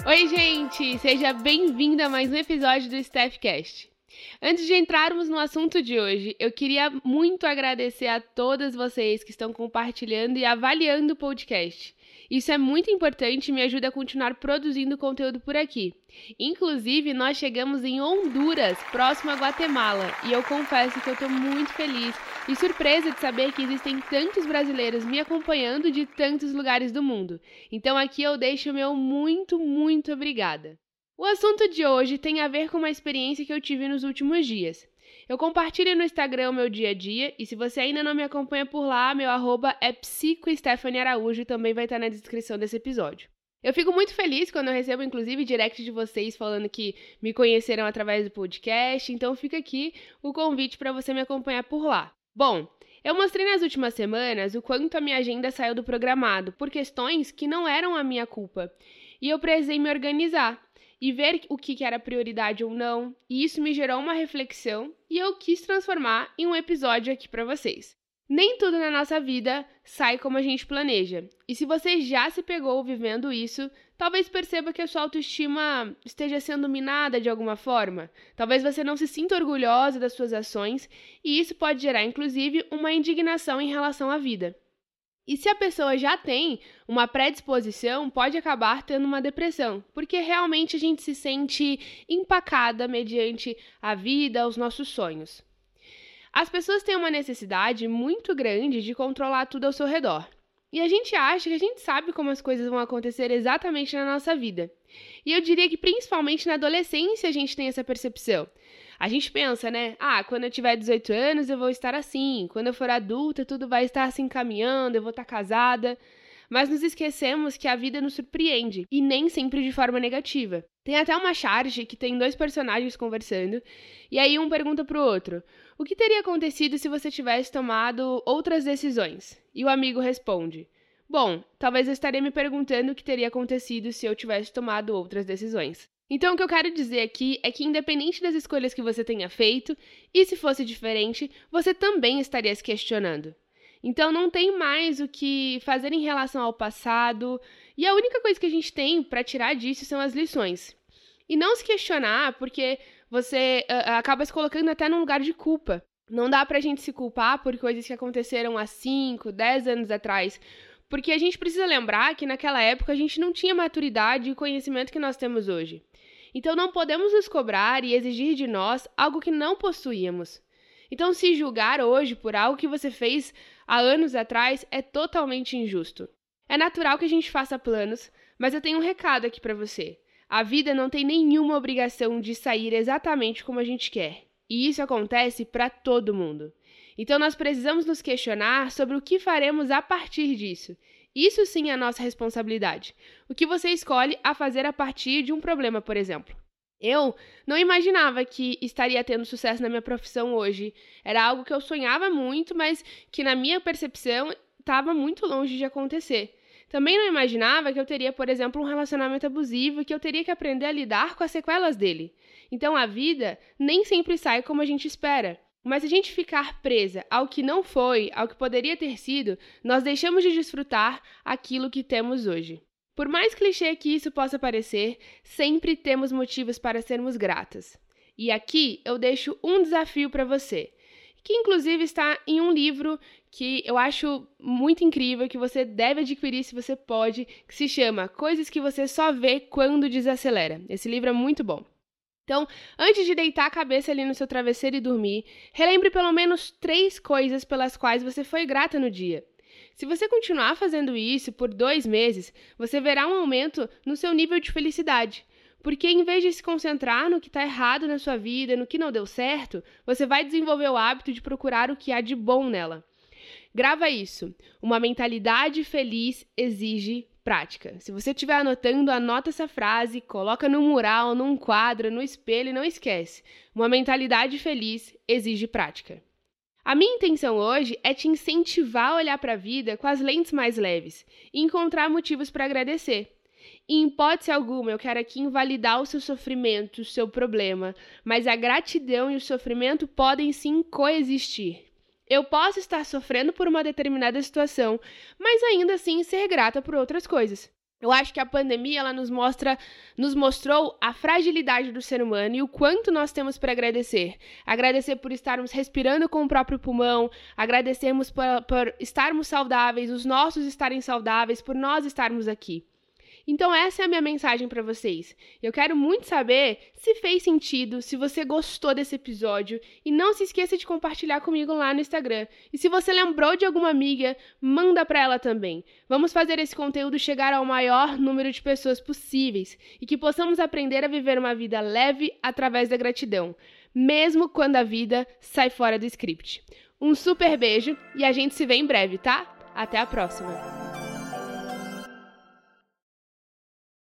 Oi, gente! Seja bem-vindo a mais um episódio do Staffcast. Antes de entrarmos no assunto de hoje, eu queria muito agradecer a todas vocês que estão compartilhando e avaliando o podcast. Isso é muito importante e me ajuda a continuar produzindo conteúdo por aqui. Inclusive, nós chegamos em Honduras, próximo a Guatemala, e eu confesso que eu estou muito feliz e surpresa de saber que existem tantos brasileiros me acompanhando de tantos lugares do mundo. Então aqui eu deixo o meu muito obrigada. O assunto de hoje tem a ver com uma experiência que eu tive nos últimos dias. Eu compartilho no Instagram o meu dia a dia, e se você ainda não me acompanha por lá, meu arroba é psicostephanie_araújo e também vai estar na descrição desse episódio. Eu fico muito feliz quando eu recebo, inclusive, direct de vocês falando que me conheceram através do podcast, então fica aqui o convite para você me acompanhar por lá. Bom, eu mostrei nas últimas semanas o quanto a minha agenda saiu do programado, por questões que não eram a minha culpa, e eu precisei me organizar e ver o que era prioridade ou não, e isso me gerou uma reflexão e eu quis transformar em um episódio aqui para vocês. Nem tudo na nossa vida sai como a gente planeja, e se você já se pegou vivendo isso, talvez perceba que a sua autoestima esteja sendo minada de alguma forma, talvez você não se sinta orgulhosa das suas ações, e isso pode gerar inclusive uma indignação em relação à vida. E se a pessoa já tem uma predisposição, pode acabar tendo uma depressão, porque realmente a gente se sente empacada mediante a vida, os nossos sonhos. As pessoas têm uma necessidade muito grande de controlar tudo ao seu redor. E a gente acha que a gente sabe como as coisas vão acontecer exatamente na nossa vida. E eu diria que principalmente na adolescência a gente tem essa percepção. A gente pensa, né? Quando eu tiver 18 anos eu vou estar assim, quando eu for adulta tudo vai estar assim caminhando, eu vou estar casada. Mas nos esquecemos que a vida nos surpreende, e nem sempre de forma negativa. Tem até uma charge que tem dois personagens conversando, e aí um pergunta pro outro: o que teria acontecido se você tivesse tomado outras decisões? E o amigo responde: bom, talvez eu estaria me perguntando o que teria acontecido se eu tivesse tomado outras decisões. Então o que eu quero dizer aqui é que independente das escolhas que você tenha feito, e se fosse diferente, você também estaria se questionando. Então não tem mais o que fazer em relação ao passado, e a única coisa que a gente tem para tirar disso são as lições. E não se questionar, porque você acaba se colocando até num lugar de culpa. Não dá pra gente se culpar por coisas que aconteceram há 5, 10 anos atrás, porque a gente precisa lembrar que naquela época a gente não tinha maturidade e conhecimento que nós temos hoje. Então não podemos nos cobrar e exigir de nós algo que não possuíamos. Então se julgar hoje por algo que você fez há anos atrás é totalmente injusto. É natural que a gente faça planos, mas eu tenho um recado aqui para você. A vida não tem nenhuma obrigação de sair exatamente como a gente quer. E isso acontece para todo mundo. Então nós precisamos nos questionar sobre o que faremos a partir disso. Isso sim é a nossa responsabilidade. O que você escolhe a fazer a partir de um problema, por exemplo. Eu não imaginava que estaria tendo sucesso na minha profissão hoje. Era algo que eu sonhava muito, mas que na minha percepção estava muito longe de acontecer. Também não imaginava que eu teria, por exemplo, um relacionamento abusivo e que eu teria que aprender a lidar com as sequelas dele. Então a vida nem sempre sai como a gente espera. Mas se a gente ficar presa ao que não foi, ao que poderia ter sido, nós deixamos de desfrutar aquilo que temos hoje. Por mais clichê que isso possa parecer, sempre temos motivos para sermos gratas. E aqui eu deixo um desafio para você, que inclusive está em um livro que eu acho muito incrível, que você deve adquirir se você pode, que se chama Coisas que você só vê quando desacelera. Esse livro é muito bom. Então, antes de deitar a cabeça ali no seu travesseiro e dormir, relembre pelo menos 3 coisas pelas quais você foi grata no dia. Se você continuar fazendo isso por 2 meses, você verá um aumento no seu nível de felicidade. Porque em vez de se concentrar no que está errado na sua vida, no que não deu certo, você vai desenvolver o hábito de procurar o que há de bom nela. Grava isso. Uma mentalidade feliz exige prática. Se você estiver anotando, anota essa frase, coloca no mural, num quadro, no espelho e não esquece. Uma mentalidade feliz exige prática. A minha intenção hoje é te incentivar a olhar para a vida com as lentes mais leves e encontrar motivos para agradecer. Em hipótese alguma, eu quero aqui invalidar o seu sofrimento, o seu problema, mas a gratidão e o sofrimento podem sim coexistir. Eu posso estar sofrendo por uma determinada situação, mas ainda assim ser grata por outras coisas. Eu acho que a pandemia ela nos mostrou a fragilidade do ser humano e o quanto nós temos para agradecer. Agradecer por estarmos respirando com o próprio pulmão, agradecermos por estarmos saudáveis, os nossos estarem saudáveis, por nós estarmos aqui. Então essa é a minha mensagem para vocês. Eu quero muito saber se fez sentido, se você gostou desse episódio e não se esqueça de compartilhar comigo lá no Instagram. E se você lembrou de alguma amiga, manda para ela também. Vamos fazer esse conteúdo chegar ao maior número de pessoas possíveis e que possamos aprender a viver uma vida leve através da gratidão, mesmo quando a vida sai fora do script. Um super beijo e a gente se vê em breve, tá? Até a próxima!